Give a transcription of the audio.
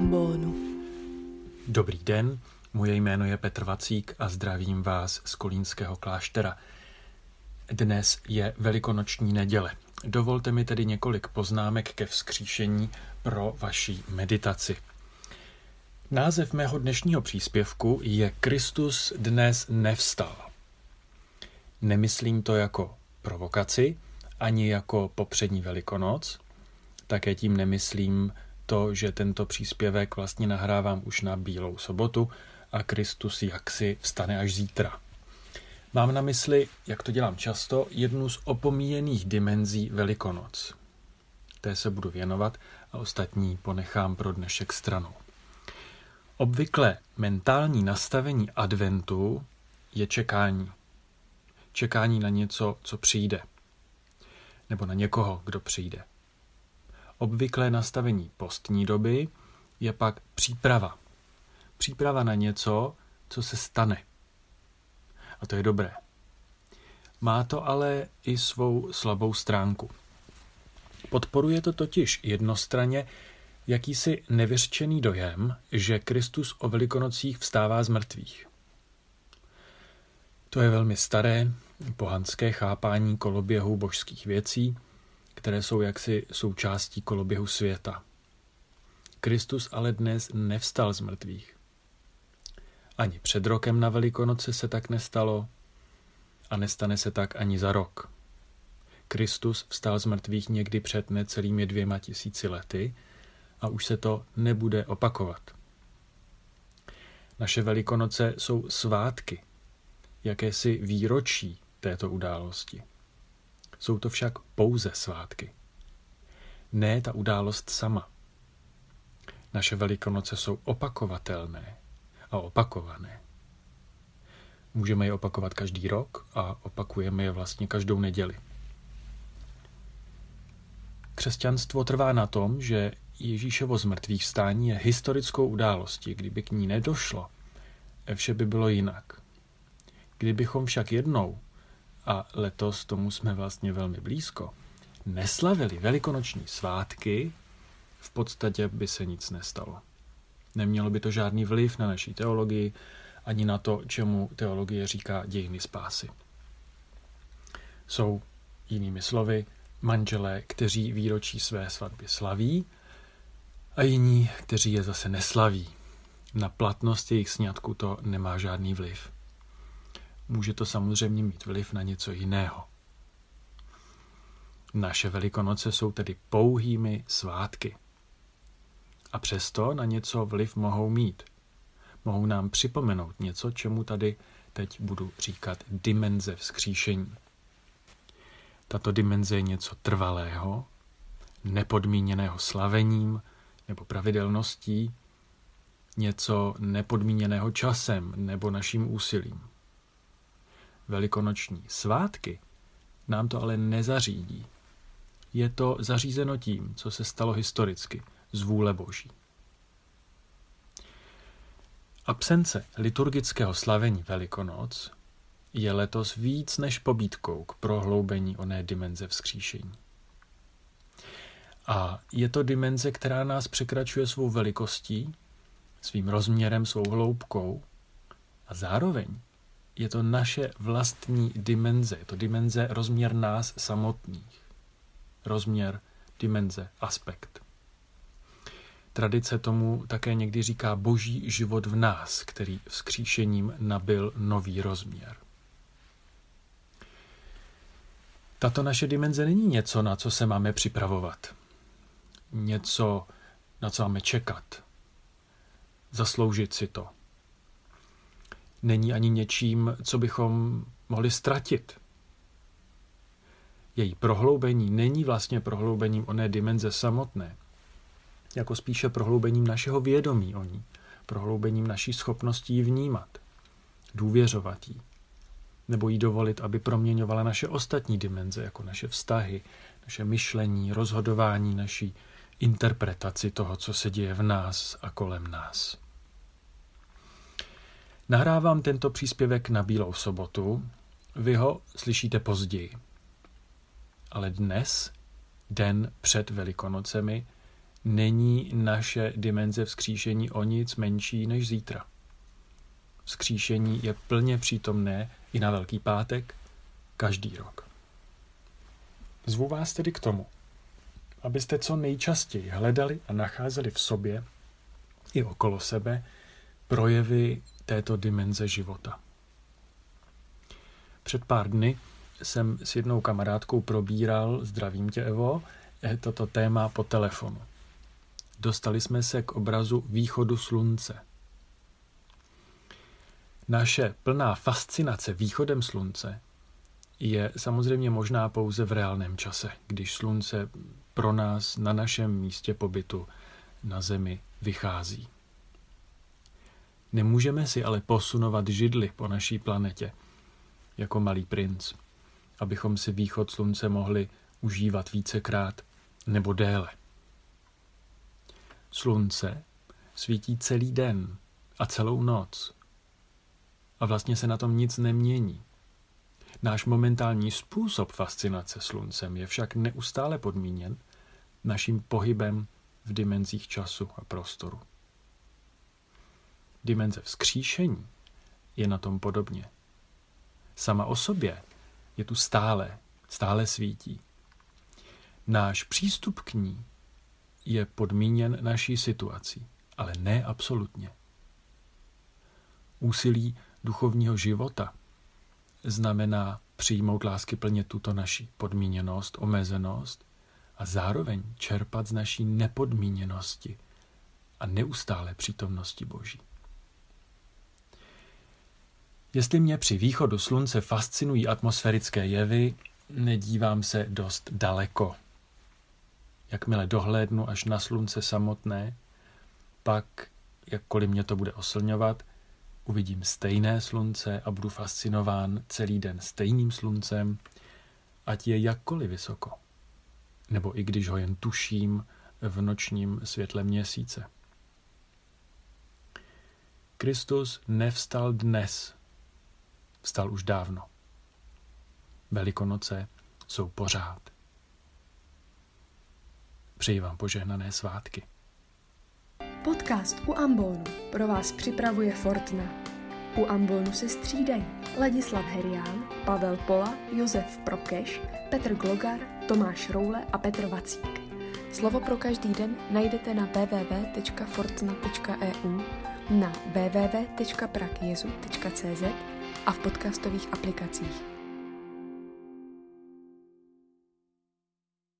trombónu. Dobrý den, moje jméno je Petr Vacík a zdravím vás z Kolínského kláštera. Dnes je velikonoční neděle. Dovolte mi tedy několik poznámek ke vzkříšení pro vaši meditaci. Název mého dnešního příspěvku je Kristus dnes nevstal. Nemyslím to jako provokaci, ani jako popřední Velikonoc. Také tím nemyslím to, že tento příspěvek vlastně nahrávám už na Bílou sobotu a Kristus jaksi vstane až zítra. Mám na mysli, jak to dělám často, jednu z opomíjených dimenzí Velikonoc. Té se budu věnovat a ostatní ponechám pro dnešek stranou. Obvykle mentální nastavení adventu je čekání. Čekání na něco, co přijde. Nebo na někoho, kdo přijde. Obvyklé nastavení postní doby je pak příprava. Příprava na něco, co se stane. A to je dobré. Má to ale i svou slabou stránku. Podporuje to totiž jednostranně jakýsi nevyřčený dojem, že Kristus o Velikonocích vstává z mrtvých. To je velmi staré, pohanské chápání koloběhu božských věcí, které jsou jaksi součástí koloběhu světa. Kristus ale dnes nevstal z mrtvých. Ani před rokem na Velikonoce se tak nestalo a nestane se tak ani za rok. Kristus vstal z mrtvých někdy před necelými 2000 lety a už se to nebude opakovat. Naše Velikonoce jsou svátky, jakési výročí této události. Jsou to však pouze svátky. Ne ta událost sama. Naše Velikonoce jsou opakovatelné a opakované. Můžeme je opakovat každý rok a opakujeme je vlastně každou neděli. Křesťanstvo trvá na tom, že Ježíšovo zmrtvýchvstání je historickou událostí. Kdyby k ní nedošlo, vše by bylo jinak. Kdybychom však jednou, a letos tomu jsme vlastně velmi blízko, neslavili velikonoční svátky, v podstatě by se nic nestalo. Nemělo by to žádný vliv na naší teologii, ani na to, čemu teologie říká dějiny spásy. Jsou, jinými slovy, manželé, kteří výročí své svatby slaví, a jiní, kteří je zase neslaví. Na platnost jejich sňatku to nemá žádný vliv. Může to samozřejmě mít vliv na něco jiného. Naše Velikonoce jsou tedy pouhými svátky. A přesto na něco vliv mohou mít. Mohou nám připomenout něco, čemu tady teď budu říkat dimenze vzkříšení. Tato dimenze je něco trvalého, nepodmíněného slavením nebo pravidelností, něco nepodmíněného časem nebo naším úsilím. Velikonoční svátky nám to ale nezařídí. Je to zařízeno tím, co se stalo historicky, z vůle Boží. Absence liturgického slavení Velikonoc je letos víc než pobídkou k prohloubení oné dimenze vzkříšení. A je to dimenze, která nás překračuje svou velikostí, svým rozměrem, svou hloubkou a zároveň je to naše vlastní dimenze, je to dimenze rozměr nás samotných. Rozměr, dimenze, aspekt. Tradice tomu také někdy říká boží život v nás, který vzkříšením nabyl nový rozměr. Tato naše dimenze není něco, na co se máme připravovat. Něco, na co máme čekat. Zasloužit si to. Není ani něčím, co bychom mohli ztratit. Její prohloubení není vlastně prohloubením oné dimenze samotné, jako spíše prohloubením našeho vědomí o ní, prohloubením naší schopností ji vnímat, důvěřovat jí, nebo jí dovolit, aby proměňovala naše ostatní dimenze, jako naše vztahy, naše myšlení, rozhodování, naší interpretaci toho, co se děje v nás a kolem nás. Nahrávám tento příspěvek na Bílou sobotu, vy ho slyšíte později. Ale dnes, den před Velikonocemi, není naše dimenze vzkříšení o nic menší než zítra. Vzkříšení je plně přítomné i na Velký pátek každý rok. Zvu vás tedy k tomu, abyste co nejčastěji hledali a nacházeli v sobě i okolo sebe projevy této dimenze života. Před pár dny jsem s jednou kamarádkou probíral, zdravím tě, Evo, toto téma po telefonu. Dostali jsme se k obrazu východu slunce. Naše plná fascinace východem slunce je samozřejmě možná pouze v reálném čase, když slunce pro nás na našem místě pobytu na Zemi vychází. Nemůžeme si ale posunovat židli po naší planetě, jako Malý princ, abychom si východ slunce mohli užívat vícekrát nebo déle. Slunce svítí celý den a celou noc a vlastně se na tom nic nemění. Náš momentální způsob fascinace sluncem je však neustále podmíněn naším pohybem v dimenzích času a prostoru. Dimenze vzkříšení je na tom podobně. Sama o sobě je tu stále svítí. Náš přístup k ní je podmíněn naší situací, ale ne absolutně. Úsilí duchovního života znamená přijmout láskyplně tuto naši podmíněnost, omezenost a zároveň čerpat z naší nepodmíněnosti a neustálé přítomnosti Boží. Jestli mě při východu slunce fascinují atmosférické jevy, nedívám se dost daleko. Jakmile dohlédnu až na slunce samotné, pak, jakkoliv mě to bude oslňovat, uvidím stejné slunce a budu fascinován celý den stejným sluncem, ať je jakkoliv vysoko, nebo i když ho jen tuším v nočním světle měsíce. Kristus nevstal dnes, vstal už dávno. Velikonoce jsou pořád. Přeji vám požehnané svátky. Podcast U ambonu pro vás připravuje Fortna. U ambonu se střídají Ladislav Herián, Pavel Pola, Josef Prokeš, Petr Glogar, Tomáš Roule a Petr Vacík. Slovo pro každý den najdete na www.fortna.eu, na www.prakjezu.cz a v podcastových aplikacích.